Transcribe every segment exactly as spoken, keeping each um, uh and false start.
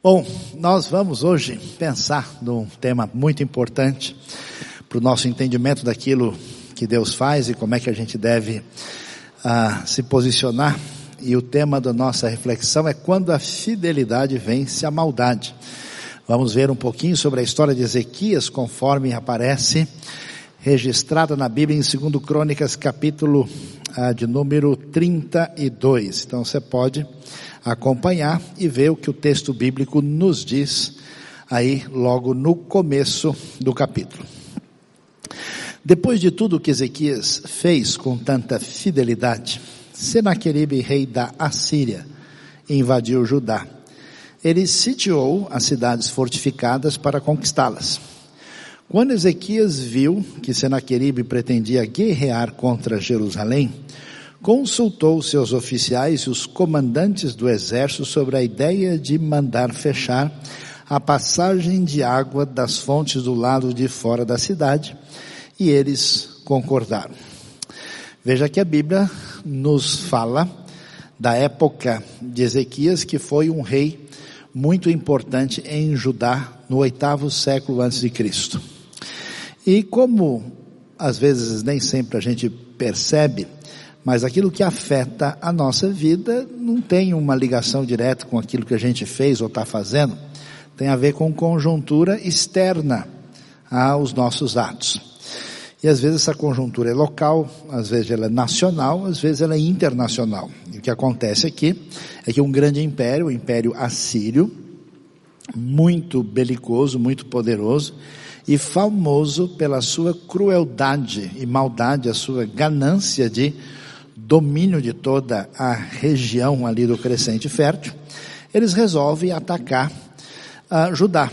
Bom, nós vamos hoje pensar num tema muito importante para o nosso entendimento daquilo que Deus faz e como é que a gente deve uh, se posicionar. E o tema da nossa reflexão é quando a fidelidade vence a maldade. Vamos ver um pouquinho sobre a história de Ezequias, conforme aparece registrada na Bíblia em Segundo Crônicas, capítulo uh, de número trinta e dois. Então você pode acompanhar e ver o que o texto bíblico nos diz aí logo no começo do capítulo. Depois de tudo o que Ezequias fez com tanta fidelidade, Senaqueribe, rei da Assíria, invadiu Judá. Ele sitiou as cidades fortificadas para conquistá-las. Quando Ezequias viu que Senaqueribe pretendia guerrear contra Jerusalém, consultou seus oficiais e os comandantes do exército sobre a ideia de mandar fechar a passagem de água das fontes do lado de fora da cidade, e eles concordaram. Veja que a Bíblia nos fala da época de Ezequias, que foi um rei muito importante em Judá, no oitavo século antes de Cristo. E como às vezes nem sempre a gente percebe, mas aquilo que afeta a nossa vida não tem uma ligação direta com aquilo que a gente fez ou está fazendo, tem a ver com conjuntura externa aos nossos atos. E às vezes essa conjuntura é local, às vezes ela é nacional, às vezes ela é internacional. E o que acontece aqui é que um grande império, o Império Assírio, muito belicoso, muito poderoso e famoso pela sua crueldade e maldade, a sua ganância de domínio de toda a região ali do Crescente Fértil, eles resolvem atacar uh, Judá.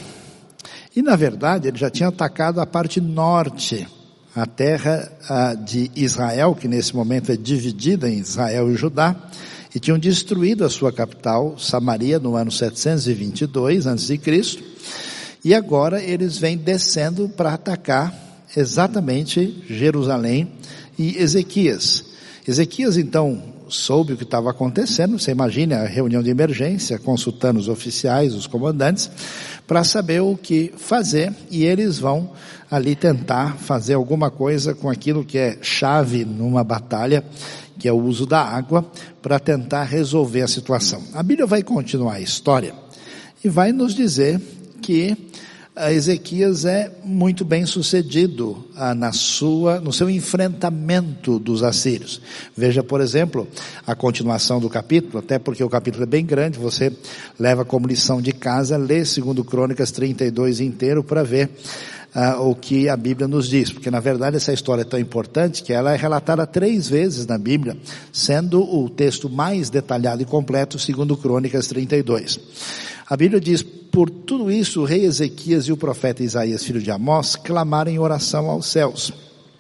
E na verdade ele já tinha atacado a parte norte, a terra uh, de Israel, que nesse momento é dividida em Israel e Judá, e tinham destruído a sua capital, Samaria, no ano setecentos e vinte e dois antes de Cristo, e agora eles vêm descendo para atacar exatamente Jerusalém e Ezequias. Ezequias então soube o que estava acontecendo, você imagina a reunião de emergência, consultando os oficiais, os comandantes, para saber o que fazer, e eles vão ali tentar fazer alguma coisa com aquilo que é chave numa batalha, que é o uso da água, para tentar resolver a situação. A Bíblia vai continuar a história e vai nos dizer que Ezequias é muito bem sucedido ah, na sua, no seu enfrentamento dos assírios. Veja, por exemplo, a continuação do capítulo, até porque o capítulo é bem grande, você leva como lição de casa, lê Segundo Crônicas trinta e dois inteiro para ver ah, o que a Bíblia nos diz, porque na verdade essa história é tão importante que ela é relatada três vezes na Bíblia, sendo o texto mais detalhado e completo, Segundo Crônicas trinta e dois. A Bíblia diz: por tudo isso o rei Ezequias e o profeta Isaías, filho de Amós, clamaram em oração aos céus.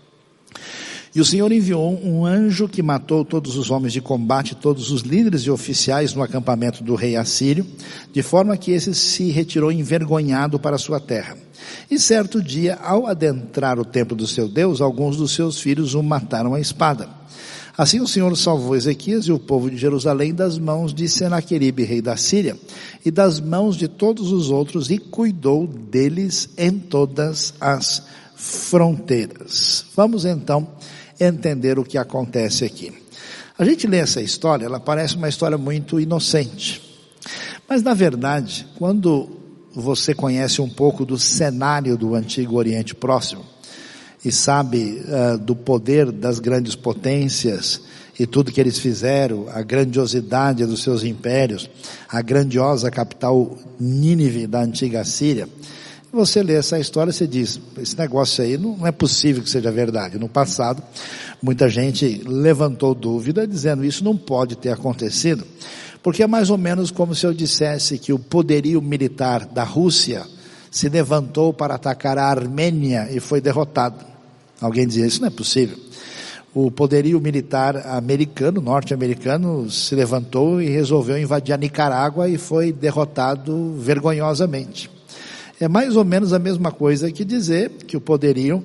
E o Senhor enviou um anjo que matou todos os homens de combate, todos os líderes e oficiais no acampamento do rei assírio, de forma que esse se retirou envergonhado para a sua terra. E certo dia, ao adentrar o templo do seu Deus, alguns dos seus filhos o mataram à espada. Assim o Senhor salvou Ezequias e o povo de Jerusalém das mãos de Senaqueribe, rei da Síria, e das mãos de todos os outros, e cuidou deles em todas as fronteiras. Vamos então entender o que acontece aqui. A gente lê essa história, ela parece uma história muito inocente. Mas na verdade, quando você conhece um pouco do cenário do Antigo Oriente Próximo, e sabe uh, do poder das grandes potências e tudo que eles fizeram, a grandiosidade dos seus impérios, a grandiosa capital Nínive da antiga Síria, você lê essa história e você diz, esse negócio aí não é possível que seja verdade. No passado, muita gente levantou dúvida dizendo isso não pode ter acontecido, porque é mais ou menos como se eu dissesse que o poderio militar da Rússia se levantou para atacar a Armênia e foi derrotado. Alguém dizia, isso não é possível. O poderio militar americano, norte-americano, se levantou e resolveu invadir a Nicarágua e foi derrotado vergonhosamente. É mais ou menos a mesma coisa que dizer que o poderio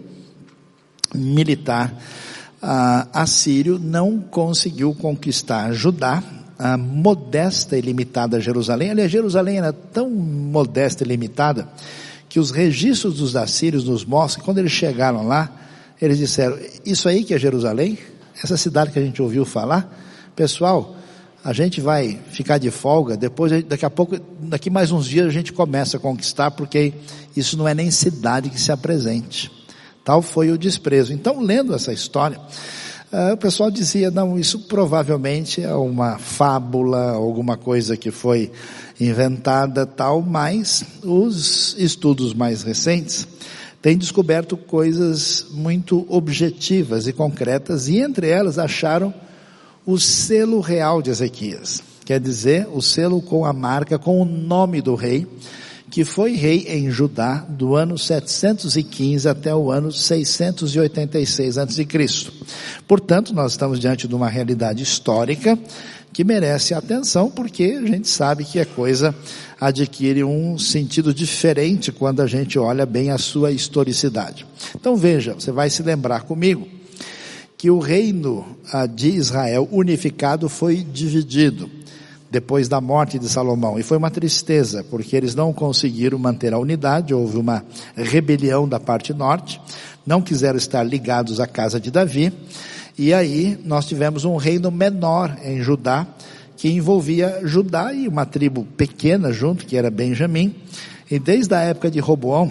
militar ah, assírio não conseguiu conquistar Judá a modesta e limitada Jerusalém. Aliás, Jerusalém era tão modesta e limitada que os registros dos assírios nos mostram que quando eles chegaram lá, eles disseram, isso aí que é Jerusalém? Essa cidade que a gente ouviu falar? Pessoal, a gente vai ficar de folga, depois, daqui a pouco, daqui mais uns dias a gente começa a conquistar, porque isso não é nem cidade que se apresente. Tal foi o desprezo. Então, lendo essa história, uh, o pessoal dizia, não, isso provavelmente é uma fábula, alguma coisa que foi inventada, tal, mas os estudos mais recentes têm descoberto coisas muito objetivas e concretas, e entre elas acharam o selo real de Ezequias, quer dizer, o selo com a marca, com o nome do rei, que foi rei em Judá do ano setecentos e quinze até o ano seiscentos e oitenta e seis antes de Cristo. Portanto, nós estamos diante de uma realidade histórica que merece atenção, porque a gente sabe que a coisa adquire um sentido diferente quando a gente olha bem a sua historicidade. Então veja, você vai se lembrar comigo que o reino de Israel unificado foi dividido depois da morte de Salomão, e foi uma tristeza, porque eles não conseguiram manter a unidade, houve uma rebelião da parte norte, não quiseram estar ligados à casa de Davi, e aí nós tivemos um reino menor em Judá, que envolvia Judá e uma tribo pequena junto, que era Benjamim, e desde a época de Roboão,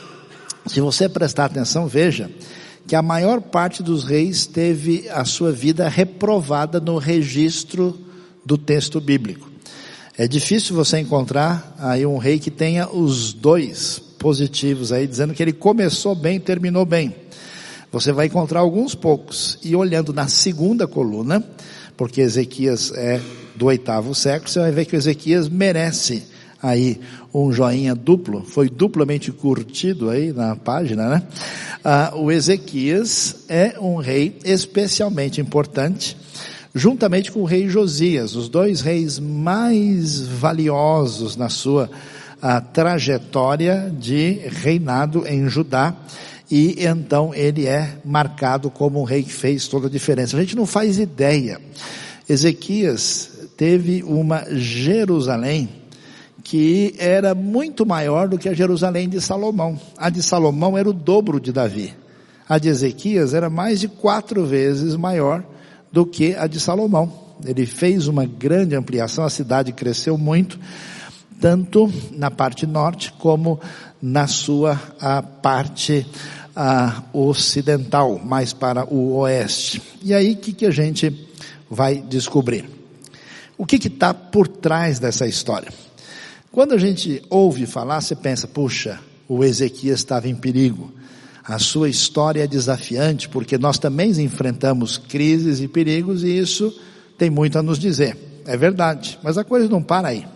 se você prestar atenção, veja, que a maior parte dos reis teve a sua vida reprovada no registro do texto bíblico. É difícil você encontrar aí um rei que tenha os dois positivos aí, dizendo que ele começou bem e terminou bem. Você vai encontrar alguns poucos, e olhando na segunda coluna, porque Ezequias é do oitavo século, você vai ver que Ezequias merece aí um joinha duplo, foi duplamente curtido aí na página, né? Ah, o Ezequias é um rei especialmente importante, juntamente com o rei Josias, os dois reis mais valiosos na sua ah, trajetória de reinado em Judá, e então ele é marcado como um rei que fez toda a diferença. A gente não faz ideia. Ezequias teve uma Jerusalém que era muito maior do que a Jerusalém de Salomão. A de Salomão era o dobro de Davi. A de Ezequias era mais de quatro vezes maior do que a de Salomão. Ele fez uma grande ampliação, a cidade cresceu muito, tanto na parte norte como na sua a parte a, ocidental, mais para o oeste. E aí o que, que a gente vai descobrir? O que está por trás dessa história? Quando a gente ouve falar, você pensa, puxa, o Ezequias estava em perigo. A sua história é desafiante, porque nós também enfrentamos crises e perigos, e isso tem muito a nos dizer. É verdade, mas a coisa não para aí.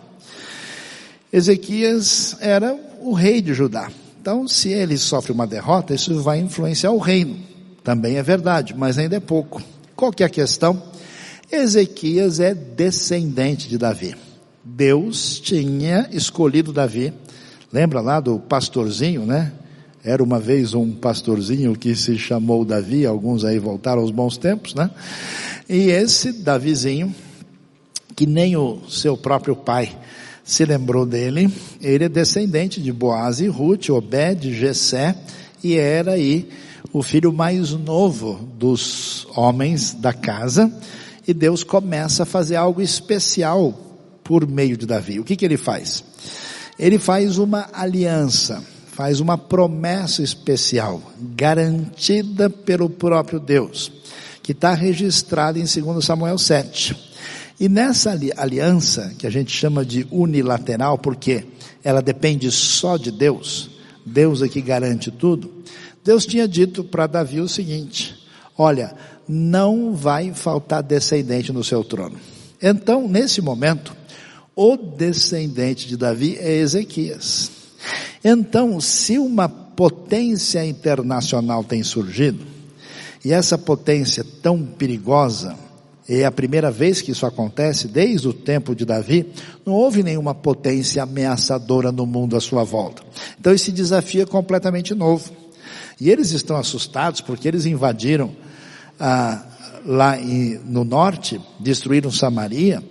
Ezequias era o rei de Judá. Então, se ele sofre uma derrota, isso vai influenciar o reino. Também é verdade, mas ainda é pouco. Qual que é a questão? Ezequias é descendente de Davi. Deus tinha escolhido Davi. Lembra lá do pastorzinho, né? Era uma vez um pastorzinho que se chamou Davi, alguns aí voltaram aos bons tempos, né? E esse Davizinho, que nem o seu próprio pai se lembrou dele, ele é descendente de Boaz e Ruth, Obed, Jessé, e era aí o filho mais novo dos homens da casa, e Deus começa a fazer algo especial por meio de Davi. O que que ele faz? Ele faz uma aliança, faz uma promessa especial, garantida pelo próprio Deus, que está registrada em dois Samuel sete. E nessa aliança, que a gente chama de unilateral, porque ela depende só de Deus, Deus é que garante tudo, Deus tinha dito para Davi o seguinte: olha, não vai faltar descendente no seu trono. Então, nesse momento, o descendente de Davi é Ezequias. Então, se uma potência internacional tem surgido, e essa potência tão perigosa, é a primeira vez que isso acontece, desde o tempo de Davi, não houve nenhuma potência ameaçadora no mundo à sua volta. Então esse desafio é completamente novo. E eles estão assustados porque eles invadiram ah, lá em, no norte, destruíram Samaria,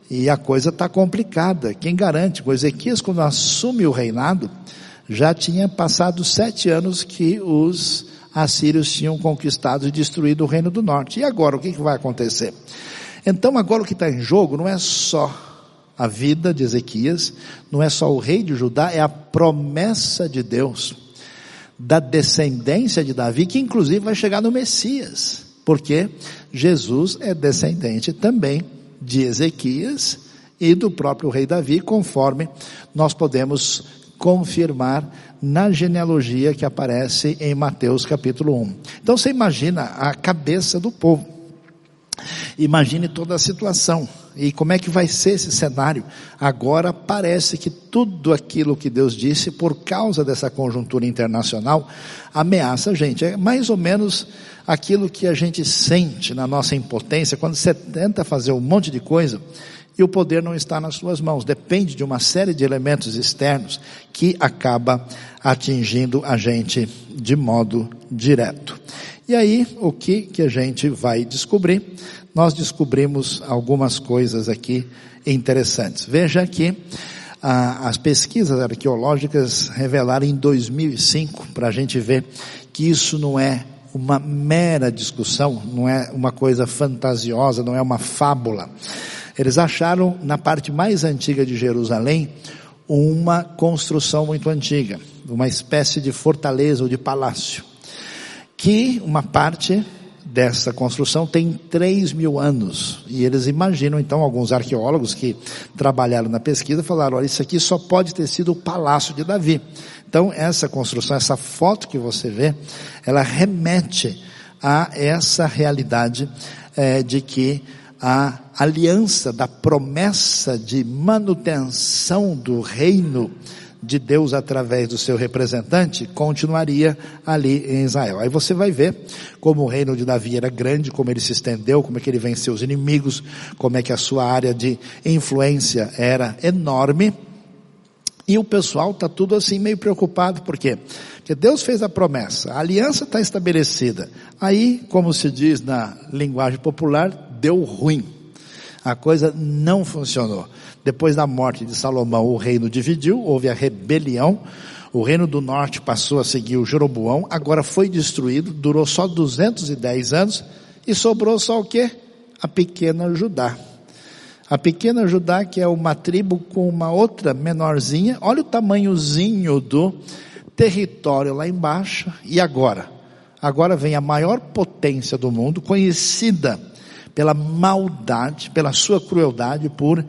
E a coisa está complicada. Quem garante? O Ezequias, quando assume o reinado, já tinha passado sete anos que os assírios tinham conquistado e destruído o reino do norte. E agora, o que, que vai acontecer? Então agora o que está em jogo não é só a vida de Ezequias, não é só o rei de Judá, é a promessa de Deus, da descendência de Davi, que inclusive vai chegar no Messias, porque Jesus é descendente também de Ezequias e do próprio rei Davi, conforme nós podemos confirmar na genealogia que aparece em Mateus capítulo um. Então você imagina a cabeça do povo, imagine toda a situação, e como é que vai ser esse cenário? Agora parece que tudo aquilo que Deus disse, por causa dessa conjuntura internacional, ameaça a gente. É mais ou menos aquilo que a gente sente na nossa impotência, quando você tenta fazer um monte de coisa, e o poder não está nas suas mãos, depende de uma série de elementos externos, que acaba atingindo a gente de modo direto. E aí, o que que a gente vai descobrir? Nós descobrimos algumas coisas aqui interessantes. Veja que ah, as pesquisas arqueológicas revelaram em dois mil e cinco, para a gente ver que isso não é uma mera discussão, não é uma coisa fantasiosa, não é uma fábula. Eles acharam na parte mais antiga de Jerusalém uma construção muito antiga, uma espécie de fortaleza ou de palácio, que uma parte dessa construção tem três mil anos, e eles imaginam, então, alguns arqueólogos que trabalharam na pesquisa, falaram, olha, isso aqui só pode ter sido o palácio de Davi. Então, essa construção, essa foto que você vê, ela remete a essa realidade é, de que a aliança da promessa de manutenção do reino de Deus através do seu representante continuaria ali em Israel. Aí você vai ver como o reino de Davi era grande, como ele se estendeu, como é que ele venceu os inimigos, como é que a sua área de influência era enorme. E o pessoal está tudo assim meio preocupado. Por quê? Porque Deus fez a promessa, a aliança está estabelecida. Aí, como se diz na linguagem popular, deu ruim. A coisa não funcionou. Depois da morte de Salomão, o reino dividiu, houve a rebelião, o reino do norte passou a seguir o Jeroboão, agora foi destruído, durou só duzentos e dez anos, e sobrou só o quê? A pequena Judá. A pequena Judá, que é uma tribo com uma outra menorzinha, olha o tamanhozinho do território lá embaixo, e agora? Agora vem a maior potência do mundo, conhecida pela maldade, pela sua crueldade, por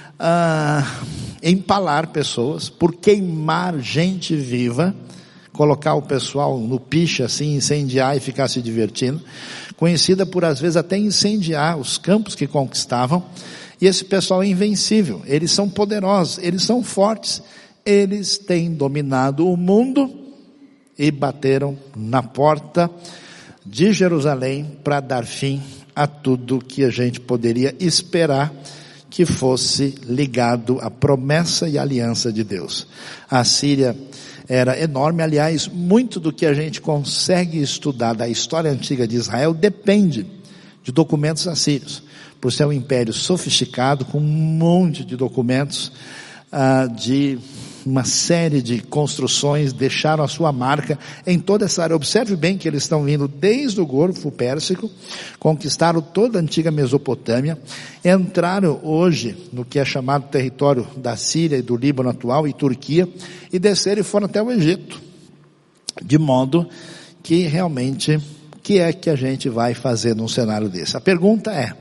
ah, empalar pessoas, por queimar gente viva, colocar o pessoal no piche assim, incendiar e ficar se divertindo, conhecida por às vezes até incendiar os campos que conquistavam. E esse pessoal é invencível, eles são poderosos, eles são fortes, eles têm dominado o mundo e bateram na porta de Jerusalém para dar fim a tudo que a gente poderia esperar que fosse ligado à promessa e aliança de Deus. A Síria era enorme, aliás, muito do que a gente consegue estudar da história antiga de Israel depende de documentos assírios, por ser um império sofisticado, com um monte de documentos, ah, de uma série de construções, deixaram a sua marca em toda essa área. Observe bem que eles estão vindo desde o Golfo Pérsico, conquistaram toda a antiga Mesopotâmia, entraram hoje no que é chamado território da Síria e do Líbano atual e Turquia, e desceram e foram até o Egito. De modo que realmente, o que é que a gente vai fazer num cenário desse? A pergunta é,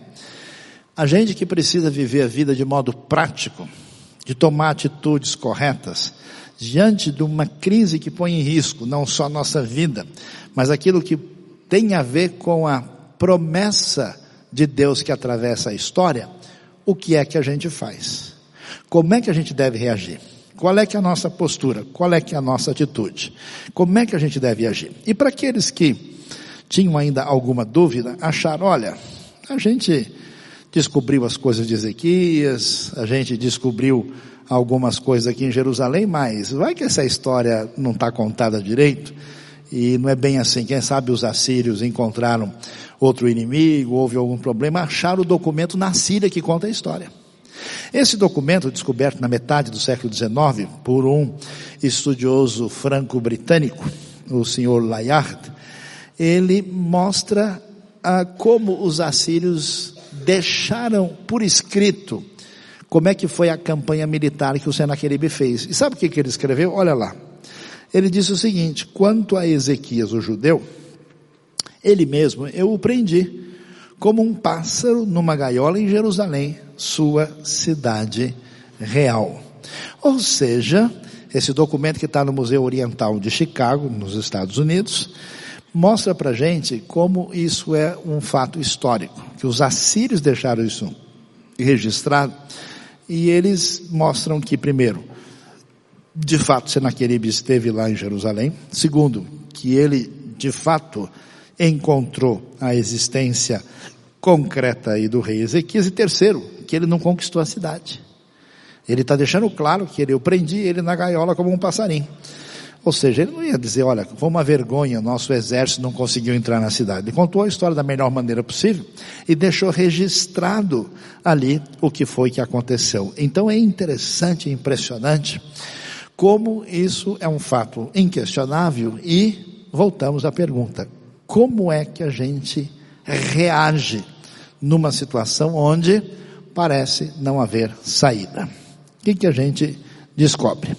a gente que precisa viver a vida de modo prático, de tomar atitudes corretas, diante de uma crise que põe em risco não só a nossa vida, mas aquilo que tem a ver com a promessa de Deus que atravessa a história, o que é que a gente faz? Como é que a gente deve reagir? Qual é que é a nossa postura? Qual é que é a nossa atitude? Como é que a gente deve agir? E para aqueles que tinham ainda alguma dúvida, acharam, olha, a gente descobriu as coisas de Ezequias, a gente descobriu algumas coisas aqui em Jerusalém, mas vai que essa história não está contada direito, e não é bem assim. Quem sabe os assírios encontraram outro inimigo, houve algum problema, acharam o documento na Síria que conta a história. Esse documento, descoberto na metade do século dezenove por um estudioso franco-britânico, o senhor Layard, ele mostra ah, como os assírios deixaram por escrito como é que foi a campanha militar que o Senaqueribe fez. E sabe o que, que ele escreveu? Olha lá. Ele disse o seguinte: quanto a Ezequias, o judeu, ele mesmo, eu o prendi como um pássaro numa gaiola em Jerusalém, sua cidade real. Ou seja, esse documento que está no Museu Oriental de Chicago, nos Estados Unidos, mostra para a gente como isso é um fato histórico, que os assírios deixaram isso registrado, e eles mostram que, primeiro, de fato Senaqueribe esteve lá em Jerusalém; segundo, que ele de fato encontrou a existência concreta aí do rei Ezequias; e terceiro, que ele não conquistou a cidade. Ele está deixando claro que ele, eu prendi ele na gaiola como um passarinho. Ou seja, ele não ia dizer, olha, foi uma vergonha, nosso exército não conseguiu entrar na cidade. Ele contou a história da melhor maneira possível e deixou registrado ali o que foi que aconteceu. Então é interessante e impressionante como isso é um fato inquestionável. E voltamos à pergunta: como é que a gente reage numa situação onde parece não haver saída? O que que a gente descobre?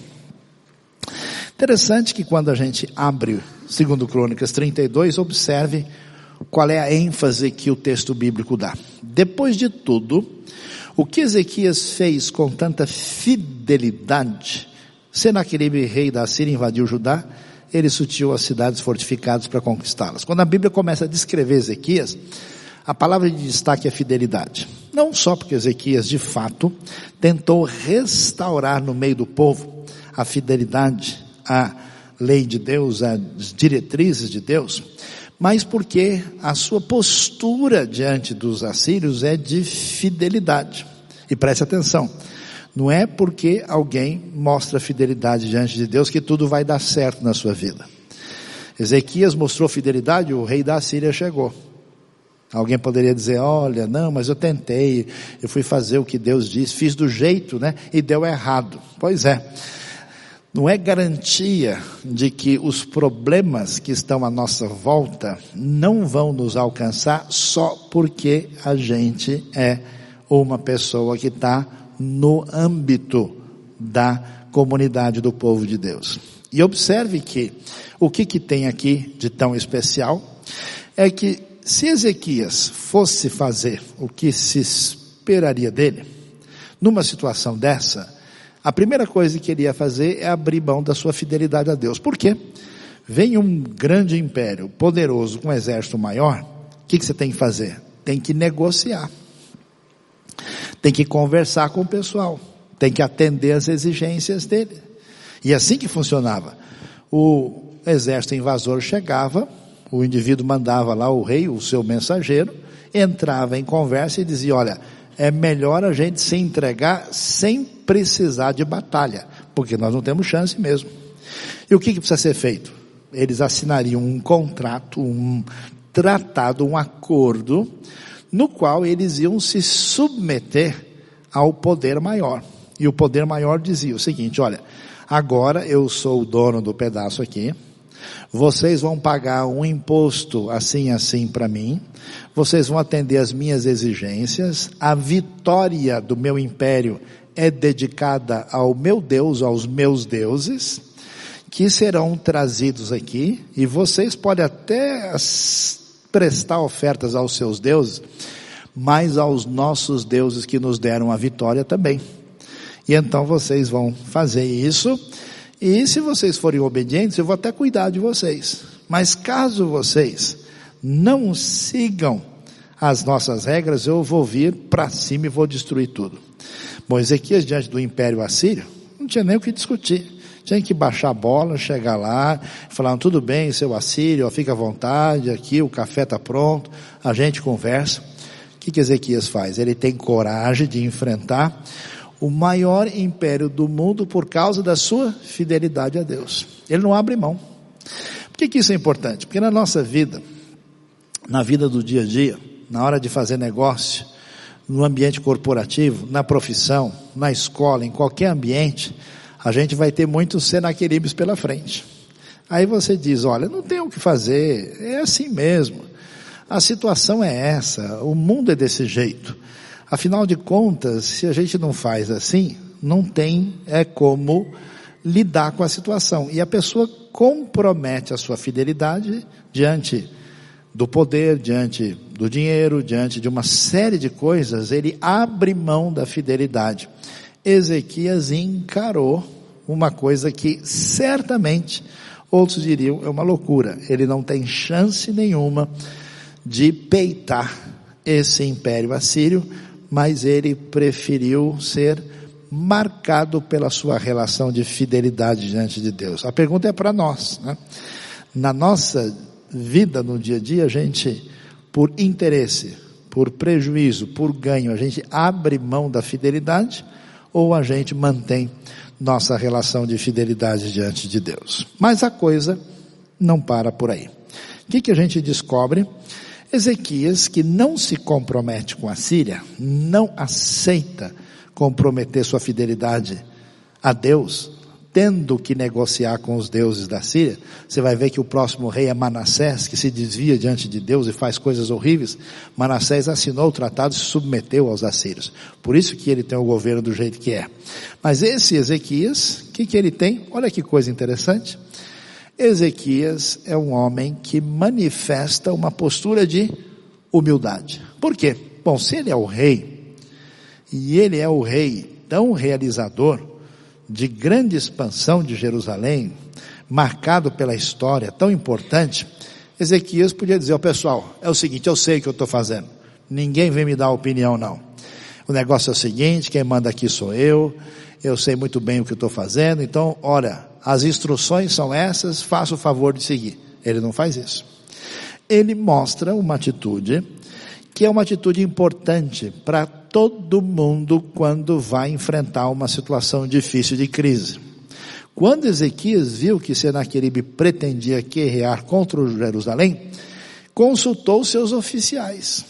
Interessante que quando a gente abre segundo Crônicas trinta e dois, observe qual é a ênfase que o texto bíblico dá. Depois de tudo, o que Ezequias fez com tanta fidelidade, Senaqueribe, rei da Síria, invadiu Judá, ele sitiou as cidades fortificadas para conquistá-las. Quando a Bíblia começa a descrever Ezequias, a palavra de destaque é fidelidade. Não só porque Ezequias, de fato, tentou restaurar no meio do povo a fidelidade à lei de Deus, às diretrizes de Deus, mas porque a sua postura diante dos assírios é de fidelidade. E preste atenção, não é porque alguém mostra fidelidade diante de Deus que tudo vai dar certo na sua vida. Ezequias mostrou fidelidade, o rei da Síria chegou. Alguém poderia dizer, olha, não, mas eu tentei, eu fui fazer o que Deus disse, fiz do jeito, né, e deu errado. Pois é, não é garantia de que os problemas que estão à nossa volta não vão nos alcançar só porque a gente é uma pessoa que está no âmbito da comunidade do povo de Deus. E observe que o que, que tem aqui de tão especial é que se Ezequias fosse fazer o que se esperaria dele, numa situação dessa, a primeira coisa que ele ia fazer é abrir mão da sua fidelidade a Deus. Por quê? Vem um grande império poderoso com um exército maior, o que, que você tem que fazer? Tem que negociar. Tem que conversar com o pessoal. Tem que atender às exigências dele. E assim que funcionava. O exército invasor chegava, o indivíduo mandava lá o rei, o seu mensageiro, entrava em conversa e dizia, olha, é melhor a gente se entregar sem precisar de batalha, porque nós não temos chance mesmo. E o que, que precisa ser feito? Eles assinariam um contrato, um tratado, um acordo, no qual eles iam se submeter ao poder maior. E o poder maior dizia o seguinte, olha, agora eu sou o dono do pedaço aqui, vocês vão pagar um imposto assim assim para mim, vocês vão atender às minhas exigências, a vitória do meu império é dedicada ao meu Deus, aos meus deuses, que serão trazidos aqui, e vocês podem até prestar ofertas aos seus deuses, mas aos nossos deuses que nos deram a vitória também. E então vocês vão fazer isso, e se vocês forem obedientes, eu vou até cuidar de vocês. Mas caso vocês não sigam as nossas regras, eu vou vir para cima e vou destruir tudo. Bom, Ezequias, diante do império assírio, não tinha nem o que discutir. Tinha que baixar a bola, chegar lá, falar, tudo bem, seu assírio, fica à vontade, aqui o café está pronto, a gente conversa. O que que Ezequias faz? Ele tem coragem de enfrentar o maior império do mundo por causa da sua fidelidade a Deus. Ele não abre mão. Por que que isso é importante? Porque na nossa vida, na vida do dia a dia, na hora de fazer negócio, no ambiente corporativo, na profissão, na escola, em qualquer ambiente, a gente vai ter muitos Senaqueribes pela frente. Aí você diz, olha, não tem o que fazer, é assim mesmo. A situação é essa, o mundo é desse jeito. Afinal de contas, se a gente não faz assim, não tem é como lidar com a situação. E a pessoa compromete a sua fidelidade diante do poder, diante do dinheiro, diante de uma série de coisas, ele abre mão da fidelidade. Ezequias encarou uma coisa que certamente outros diriam é uma loucura. Ele não tem chance nenhuma de peitar esse império assírio, mas ele preferiu ser marcado pela sua relação de fidelidade diante de Deus. A pergunta é para nós, né? Na nossa vida, no dia a dia, a gente, por interesse, por prejuízo, por ganho, a gente abre mão da fidelidade ou a gente mantém nossa relação de fidelidade diante de Deus? Mas a coisa não para por aí. O que que a gente descobre? Ezequias, que não se compromete com a Síria, não aceita comprometer sua fidelidade a Deus, tendo que negociar com os deuses da Síria. Você vai ver que o próximo rei é Manassés, que se desvia diante de Deus e faz coisas horríveis. Manassés assinou o tratado e se submeteu aos assírios. Por isso que ele tem o governo do jeito que é. Mas esse Ezequias, o que que ele tem? Olha que coisa interessante. Ezequias é um homem que manifesta uma postura de humildade. Por quê? Bom, se ele é o rei, e ele é o rei tão realizador, de grande expansão de Jerusalém, marcado pela história tão importante, Ezequias podia dizer ao pessoal, é o seguinte, eu sei o que eu estou fazendo, ninguém vem me dar opinião não. O negócio é o seguinte, quem manda aqui sou eu, eu sei muito bem o que eu estou fazendo, então, olha, as instruções são essas, faça o favor de seguir. Ele não faz isso. Ele mostra uma atitude que é uma atitude importante para todo mundo quando vai enfrentar uma situação difícil de crise. Quando Ezequias viu que Senaqueribe pretendia guerrear contra Jerusalém, consultou seus oficiais.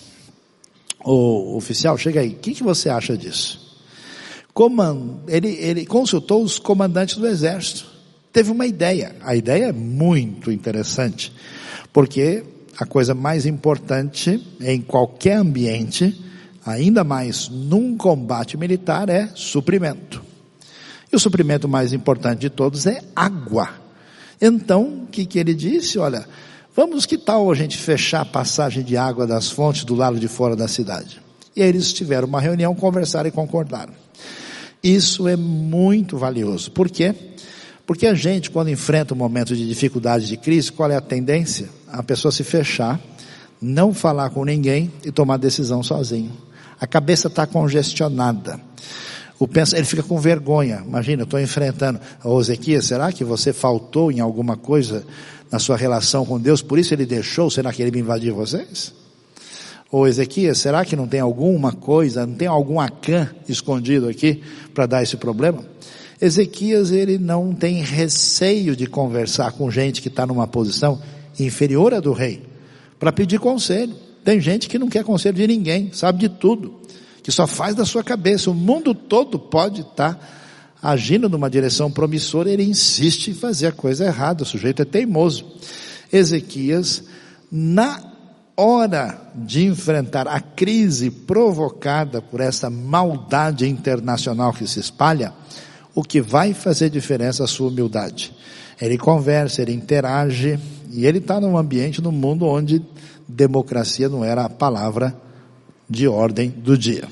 O oficial, chega aí, o que, que você acha disso? Comand... Ele, ele consultou os comandantes do exército. Teve uma ideia. A ideia é muito interessante, porque a coisa mais importante em qualquer ambiente, ainda mais num combate militar, é suprimento. E o suprimento mais importante de todos é água. Então, o que, que ele disse? Olha, vamos, que tal a gente fechar a passagem de água das fontes do lado de fora da cidade? E aí eles tiveram uma reunião, conversaram e concordaram. Isso é muito valioso. Por quê? Porque a gente, quando enfrenta um momento de dificuldade, de crise, qual é a tendência? A pessoa se fechar, não falar com ninguém e tomar decisão sozinho. A cabeça está congestionada. O pensa, ele fica com vergonha. Imagina, eu estou enfrentando. Ô Ezequias, será que você faltou em alguma coisa na sua relação com Deus? Por isso ele deixou, será que ele me invadir vocês? Ô Ezequias, será que não tem alguma coisa, não tem algum Acã escondido aqui para dar esse problema? Ezequias, ele não tem receio de conversar com gente que está numa posição inferior à do rei, para pedir conselho. Tem gente que não quer conselho de ninguém, sabe de tudo, que só faz da sua cabeça. O mundo todo pode estar tá agindo numa direção promissora, ele insiste em fazer a coisa errada, o sujeito é teimoso. Ezequias, na hora de enfrentar a crise provocada por essa maldade internacional que se espalha, o que vai fazer diferença é a sua humildade. Ele conversa, ele interage, e ele está num ambiente, num mundo onde democracia não era a palavra de ordem do dia.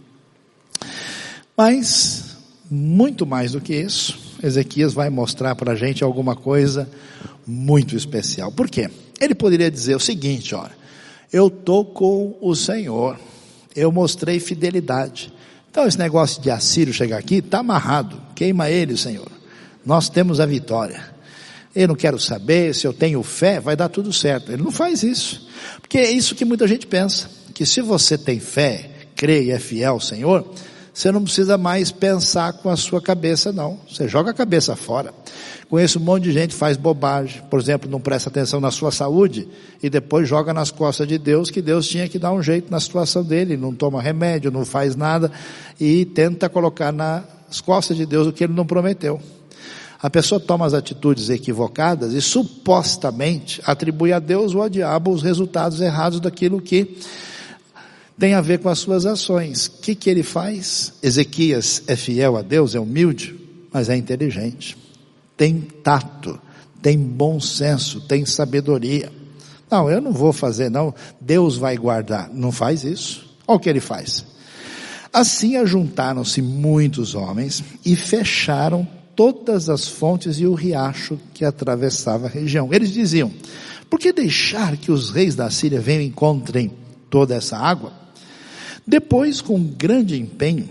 Mas, muito mais do que isso, Ezequias vai mostrar para a gente alguma coisa muito especial. Por quê? Ele poderia dizer o seguinte, olha, eu estou com o Senhor, eu mostrei fidelidade. Então esse negócio de assírio chegar aqui, está amarrado, queima ele, Senhor. Nós temos a vitória. Eu não quero saber, se eu tenho fé, vai dar tudo certo. Ele não faz isso. Porque é isso que muita gente pensa, que se você tem fé, crê e é fiel ao Senhor, você não precisa mais pensar com a sua cabeça, não. Você joga a cabeça fora. Conheço um monte de gente que faz bobagem. Por exemplo, não presta atenção na sua saúde e depois joga nas costas de Deus que Deus tinha que dar um jeito na situação dele. Não toma remédio, não faz nada e tenta colocar nas costas de Deus o que ele não prometeu. A pessoa toma as atitudes equivocadas e supostamente atribui a Deus ou ao diabo os resultados errados daquilo que tem a ver com as suas ações. O que que ele faz? Ezequias é fiel a Deus, é humilde, mas é inteligente. Tem tato, tem bom senso, tem sabedoria. Não, eu não vou fazer não, Deus vai guardar. Não faz isso. Olha o que ele faz. Assim ajuntaram-se muitos homens e fecharam todas as fontes e o riacho que atravessava a região. Eles diziam, por que deixar que os reis da Síria venham e encontrem toda essa água? Depois, com grande empenho,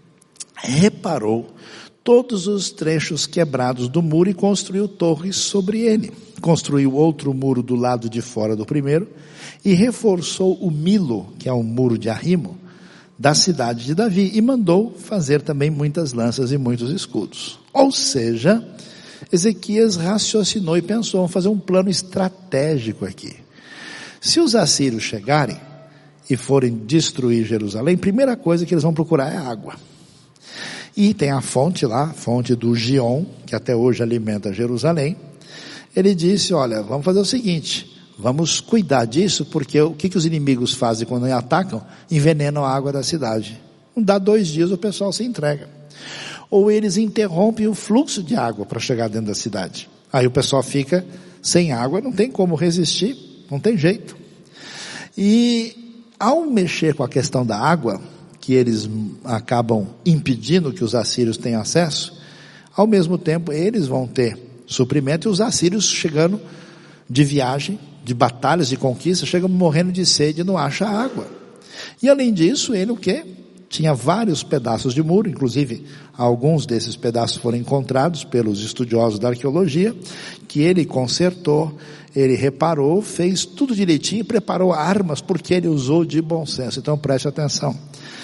reparou todos os trechos quebrados do muro e construiu torres sobre ele. Construiu outro muro do lado de fora do primeiro e reforçou o Milo, que é um muro de arrimo, da cidade de Davi, e mandou fazer também muitas lanças e muitos escudos. Ou seja, Ezequias raciocinou e pensou, vamos fazer um plano estratégico aqui. Se os assírios chegarem e forem destruir Jerusalém, primeira coisa que eles vão procurar é água. E tem a fonte lá, a fonte do Gion, que até hoje alimenta Jerusalém. Ele disse, olha, vamos fazer o seguinte, vamos cuidar disso, porque o que, que os inimigos fazem quando atacam? Envenenam a água da cidade. Não dá dois dias, o pessoal se entrega. Ou eles interrompem o fluxo de água para chegar dentro da cidade. Aí o pessoal fica sem água, não tem como resistir, não tem jeito. E ao mexer com a questão da água, que eles acabam impedindo que os assírios tenham acesso, ao mesmo tempo eles vão ter suprimento e os assírios chegando de viagem, de batalhas, de conquista, chegam morrendo de sede e não acham água. E além disso, ele o quê? Tinha vários pedaços de muro, inclusive alguns desses pedaços foram encontrados pelos estudiosos da arqueologia, que ele consertou, ele reparou, fez tudo direitinho, preparou armas, porque ele usou de bom senso. Então preste atenção.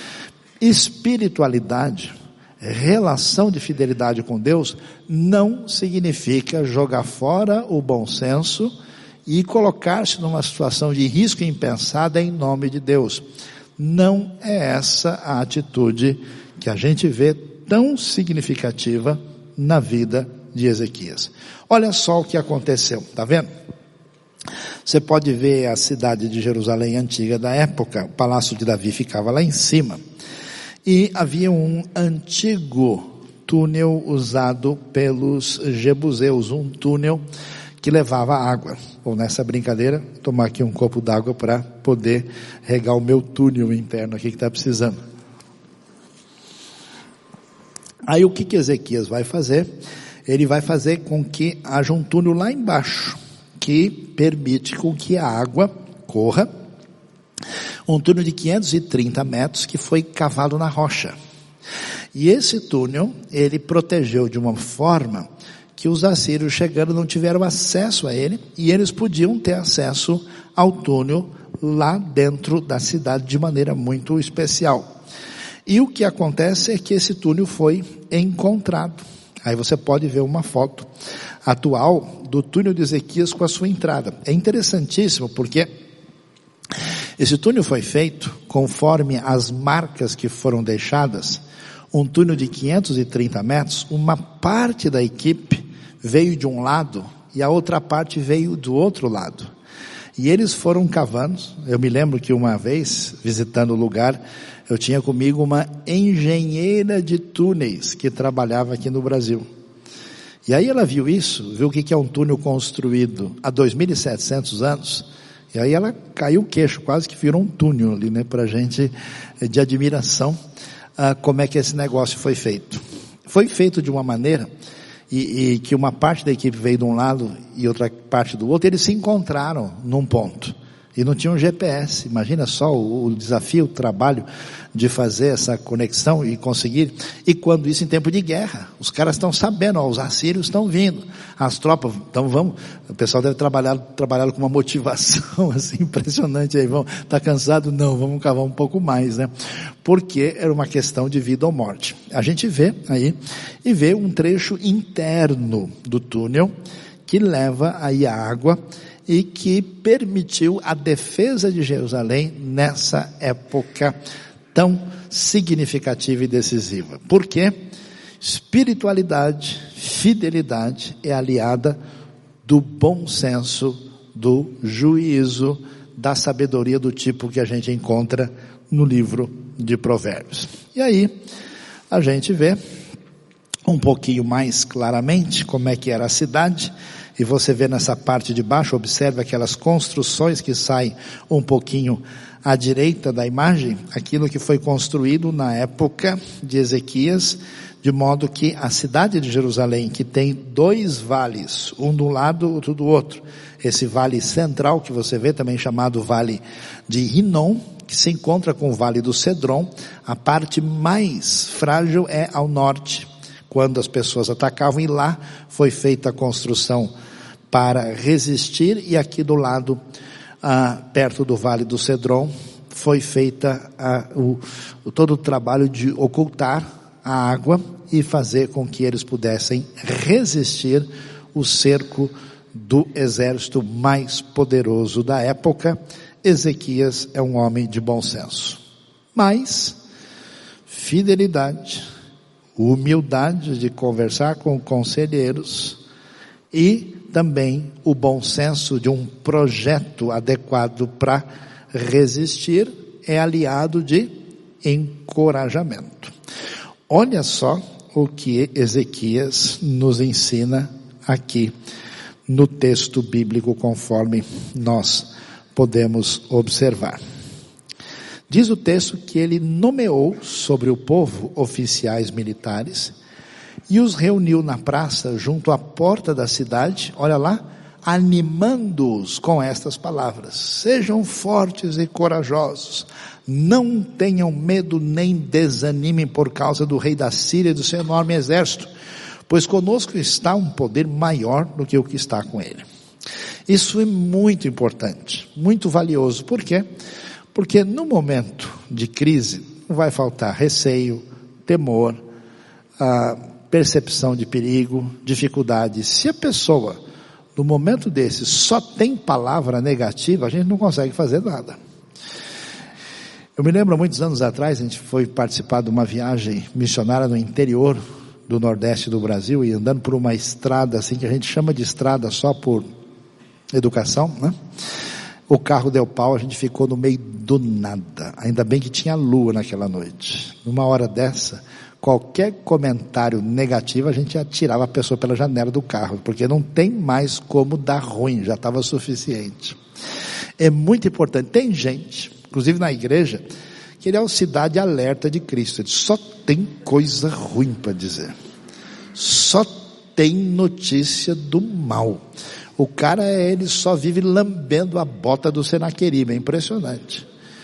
Espiritualidade, relação de fidelidade com Deus, não significa jogar fora o bom senso e colocar-se numa situação de risco impensada em nome de Deus. Não é essa a atitude que a gente vê tão significativa na vida de Ezequias. Olha só o que aconteceu, tá vendo? Você pode ver a cidade de Jerusalém antiga da época, o palácio de Davi ficava lá em cima. E havia um antigo túnel usado pelos jebuseus, um túnel que levava água. Ou nessa brincadeira, tomar aqui um copo d'água para poder regar o meu túnel interno aqui que está precisando. Aí o que que Ezequias vai fazer? Ele vai fazer com que haja um túnel lá embaixo, que permite com que a água corra. Um túnel de quinhentos e trinta metros que foi cavado na rocha. E esse túnel, ele protegeu de uma forma que os assírios chegando não tiveram acesso a ele, e eles podiam ter acesso ao túnel lá dentro da cidade de maneira muito especial. E o que acontece é que esse túnel foi encontrado. Aí você pode ver uma foto atual do túnel de Ezequias com a sua entrada. É interessantíssimo porque esse túnel foi feito conforme as marcas que foram deixadas, um túnel de quinhentos e trinta metros, uma parte da equipe veio de um lado e a outra parte veio do outro lado. E eles foram cavando. Eu me lembro que uma vez, visitando o lugar, eu tinha comigo uma engenheira de túneis que trabalhava aqui no Brasil. E aí ela viu isso, viu o que é um túnel construído há dois mil e setecentos anos, e aí ela caiu o queixo, quase que virou um túnel ali, né, pra gente, de admiração, ah, como é que esse negócio foi feito. Foi feito de uma maneira, e, e que uma parte da equipe veio de um lado e outra parte do outro, eles se encontraram num ponto. E não tinha um G P S. Imagina só o, o desafio, o trabalho de fazer essa conexão e conseguir. E quando isso em tempo de guerra, os caras estão sabendo, ó, os assírios estão vindo, as tropas, então vamos, o pessoal deve trabalhar, trabalhar com uma motivação assim impressionante aí, vão, tá cansado? Não, vamos cavar um pouco mais, né? Porque era uma questão de vida ou morte. A gente vê aí, e vê um trecho interno do túnel, que leva aí a água, e que permitiu a defesa de Jerusalém nessa época tão significativa e decisiva. Por quê? Espiritualidade, fidelidade é aliada do bom senso, do juízo, da sabedoria do tipo que a gente encontra no livro de Provérbios. E aí, a gente vê um pouquinho mais claramente como é que era a cidade. E você vê nessa parte de baixo, observe aquelas construções que saem um pouquinho à direita da imagem, aquilo que foi construído na época de Ezequias, de modo que a cidade de Jerusalém, que tem dois vales, um do lado, outro do outro, esse vale central que você vê, também chamado Vale de Rinom, que se encontra com o Vale do Cedron, a parte mais frágil é ao norte, quando as pessoas atacavam, e lá foi feita a construção para resistir, e aqui do lado, ah, perto do Vale do Cedron, foi feita ah, o, o, todo o trabalho de ocultar a água e fazer com que eles pudessem resistir o cerco do exército mais poderoso da época. Ezequias é um homem de bom senso, mas fidelidade, humildade de conversar com conselheiros e também o bom senso de um projeto adequado para resistir é aliado de encorajamento. Olha só o que Ezequias nos ensina aqui no texto bíblico, conforme nós podemos observar. Diz o texto que ele nomeou sobre o povo oficiais militares e os reuniu na praça junto à porta da cidade, olha lá, animando-os com estas palavras: sejam fortes e corajosos, não tenham medo nem desanimem por causa do rei da Síria e do seu enorme exército, pois conosco está um poder maior do que o que está com ele. Isso é muito importante, muito valioso. Por quê? Porque no momento de crise não vai faltar receio, temor, a percepção de perigo, dificuldade. Se a pessoa, no momento desse, só tem palavra negativa, a gente não consegue fazer nada. Eu me lembro, há muitos anos atrás, a gente foi participar de uma viagem missionária no interior do Nordeste do Brasil, e andando por uma estrada assim, que a gente chama de estrada só por educação, né? O carro deu pau, a gente ficou no meio do nada. Ainda bem que tinha lua naquela noite. Numa hora dessa, qualquer comentário negativo, a gente atirava a pessoa pela janela do carro, porque não tem mais como dar ruim, já estava suficiente. É muito importante. Tem gente, inclusive na igreja, que ele é o cidade alerta de Cristo. Ele só tem coisa ruim para dizer. Só tem notícia do mal. O cara, ele só vive lambendo a bota do Senaqueribe, é impressionante.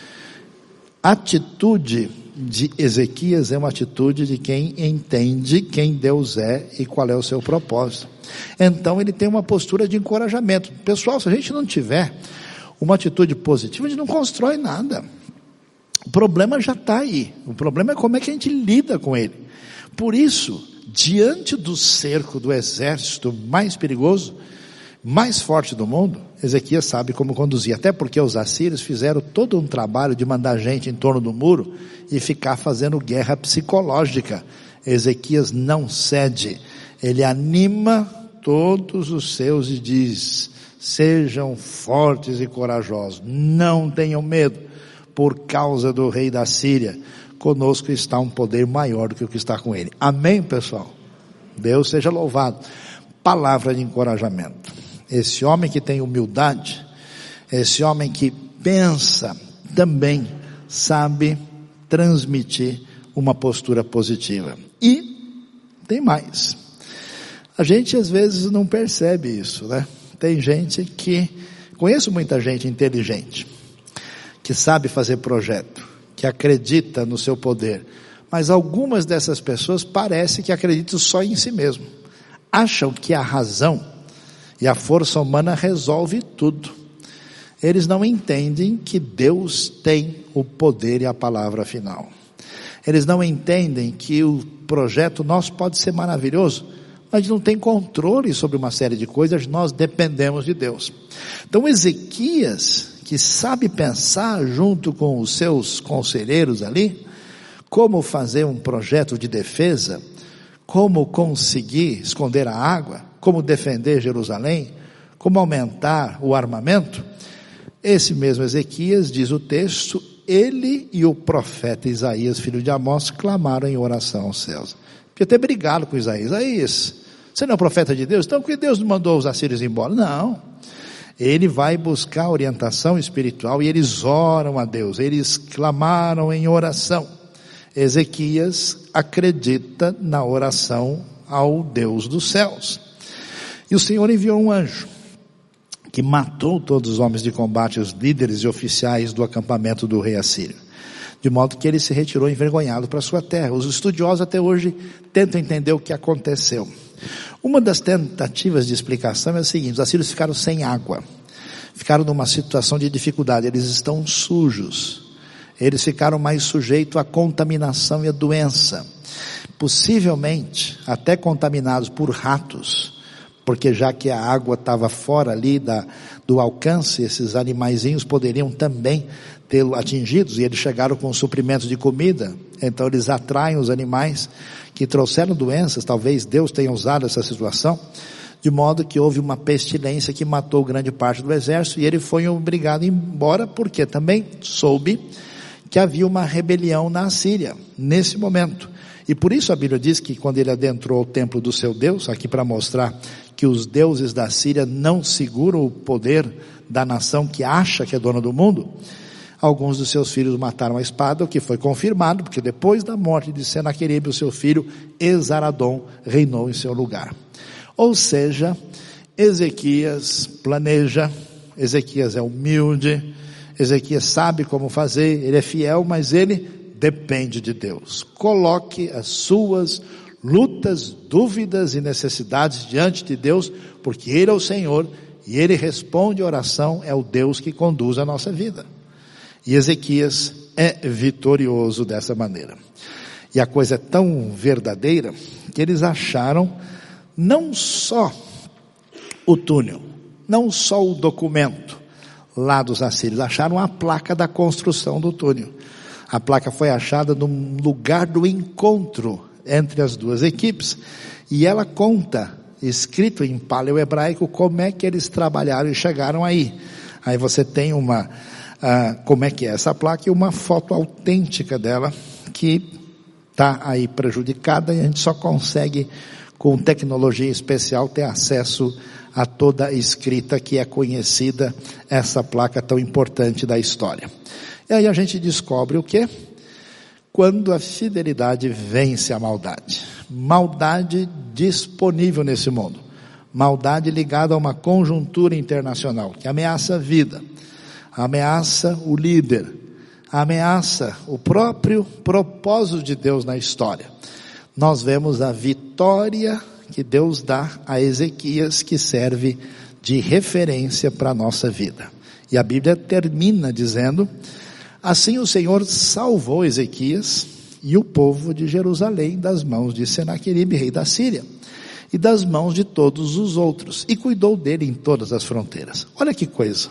A atitude de Ezequias é uma atitude de quem entende quem Deus é e qual é o seu propósito. Então ele tem uma postura de encorajamento. Pessoal, se a gente não tiver uma atitude positiva, a gente não constrói nada. O problema já está aí. O problema é como é que a gente lida com ele. Por isso, diante do cerco do exército mais perigoso, mais forte do mundo, Ezequias sabe como conduzir, até porque os assírios fizeram todo um trabalho de mandar gente em torno do muro e ficar fazendo guerra psicológica. Ezequias não cede, ele anima todos os seus e diz: sejam fortes e corajosos, não tenham medo, por causa do rei da Síria, conosco está um poder maior do que o que está com ele. Amém, pessoal? Deus seja louvado. Palavra de encorajamento. Esse homem que tem humildade, esse homem que pensa, também sabe transmitir uma postura positiva. E tem mais. A gente às vezes não percebe isso, né? Tem gente que Conheço muita gente inteligente, que sabe fazer projeto, que acredita no seu poder, mas algumas dessas pessoas parece que acreditam só em si mesmo. Acham que a razão e a força humana resolve tudo. Eles não entendem que Deus tem o poder e a palavra final. Eles não entendem que o projeto nosso pode ser maravilhoso, mas não tem controle sobre uma série de coisas, nós dependemos de Deus. Então Ezequias, que sabe pensar junto com os seus conselheiros ali, como fazer um projeto de defesa, como conseguir esconder a água, como defender Jerusalém, como aumentar o armamento, esse mesmo Ezequias, diz o texto, ele e o profeta Isaías, filho de Amós, clamaram em oração aos céus. Podia ter brigado com Isaías. Isaías, você não é o profeta de Deus? Então por que Deus não mandou os assírios embora? Não. Ele vai buscar orientação espiritual e eles oram a Deus. Eles clamaram em oração. Ezequias acredita na oração ao Deus dos céus. E o Senhor enviou um anjo que matou todos os homens de combate, os líderes e oficiais do acampamento do rei assírio, de modo que ele se retirou envergonhado para sua terra. Os estudiosos até hoje tentam entender o que aconteceu. Uma das tentativas de explicação é a seguinte: os assírios ficaram sem água, ficaram numa situação de dificuldade, eles estão sujos, eles ficaram mais sujeitos à contaminação e à doença, possivelmente até contaminados por ratos, porque já que a água estava fora ali da, do alcance, esses animaizinhos poderiam também tê-lo atingidos, e eles chegaram com suprimentos de comida, então eles atraem os animais que trouxeram doenças. Talvez Deus tenha usado essa situação, de modo que houve uma pestilência que matou grande parte do exército, e ele foi obrigado a ir embora, porque também soube que havia uma rebelião na Assíria, nesse momento. E por isso a Bíblia diz que quando ele adentrou o templo do seu Deus, aqui para mostrar que os deuses da Síria não seguram o poder da nação que acha que é dona do mundo, alguns dos seus filhos mataram a espada, o que foi confirmado, porque depois da morte de Senaqueribe, o seu filho Esaradom reinou em seu lugar. Ou seja, Ezequias planeja, Ezequias é humilde, Ezequias sabe como fazer, ele é fiel, mas ele depende de Deus. Coloque as suas lutas, dúvidas e necessidades diante de Deus, porque Ele é o Senhor e Ele responde a oração, é o Deus que conduz a nossa vida. E Ezequias é vitorioso dessa maneira. E a coisa é tão verdadeira que eles acharam não só o túnel, não só o documento lá dos assírios, acharam a placa da construção do túnel. A placa foi achada no lugar do encontro entre as duas equipes, e ela conta, escrito em paleo-hebraico, como é que eles trabalharam e chegaram aí. Aí você tem uma, uh, como é que é essa placa, e uma foto autêntica dela, que está aí prejudicada, e a gente só consegue, com tecnologia especial, ter acesso a toda a escrita que é conhecida, essa placa tão importante da história. E aí a gente descobre o quê? Quando a fidelidade vence a maldade. Maldade disponível nesse mundo. Maldade ligada a uma conjuntura internacional que ameaça a vida, ameaça o líder, ameaça o próprio propósito de Deus na história. Nós vemos a vitória que Deus dá a Ezequias, que serve de referência para a nossa vida. E a Bíblia termina dizendo: assim o Senhor salvou Ezequias e o povo de Jerusalém das mãos de Senaqueribe, rei da Síria, e das mãos de todos os outros, e cuidou dele em todas as fronteiras. Olha que coisa.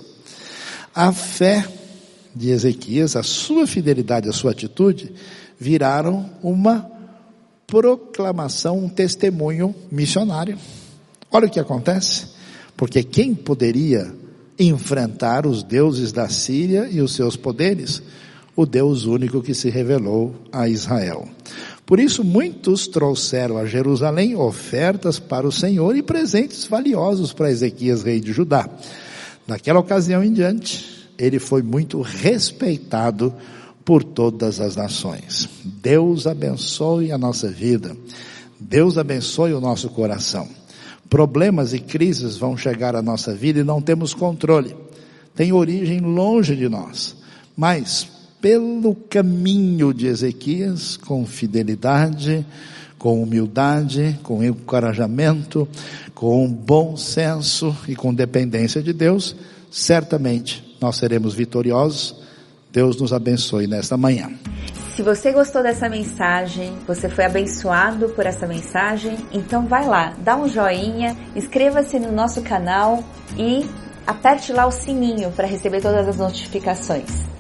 A fé de Ezequias, a sua fidelidade, a sua atitude, viraram uma proclamação, um testemunho missionário. Olha o que acontece, porque quem poderia enfrentar os deuses da Síria e os seus poderes? O Deus único que se revelou a Israel. Por isso muitos trouxeram a Jerusalém ofertas para o Senhor e presentes valiosos para Ezequias, rei de Judá. Naquela ocasião em diante, ele foi muito respeitado por todas as nações. Deus abençoe a nossa vida. Deus abençoe o nosso coração. Problemas e crises vão chegar à nossa vida e não temos controle. tem origem longe de nós, mas pelo caminho de Ezequias, com fidelidade, com humildade, com encorajamento, com bom senso e com dependência de Deus, certamente nós seremos vitoriosos. Deus nos abençoe nesta manhã. Se você gostou dessa mensagem, você foi abençoado por essa mensagem, então vai lá, dá um joinha, inscreva-se no nosso canal e aperte lá o sininho para receber todas as notificações.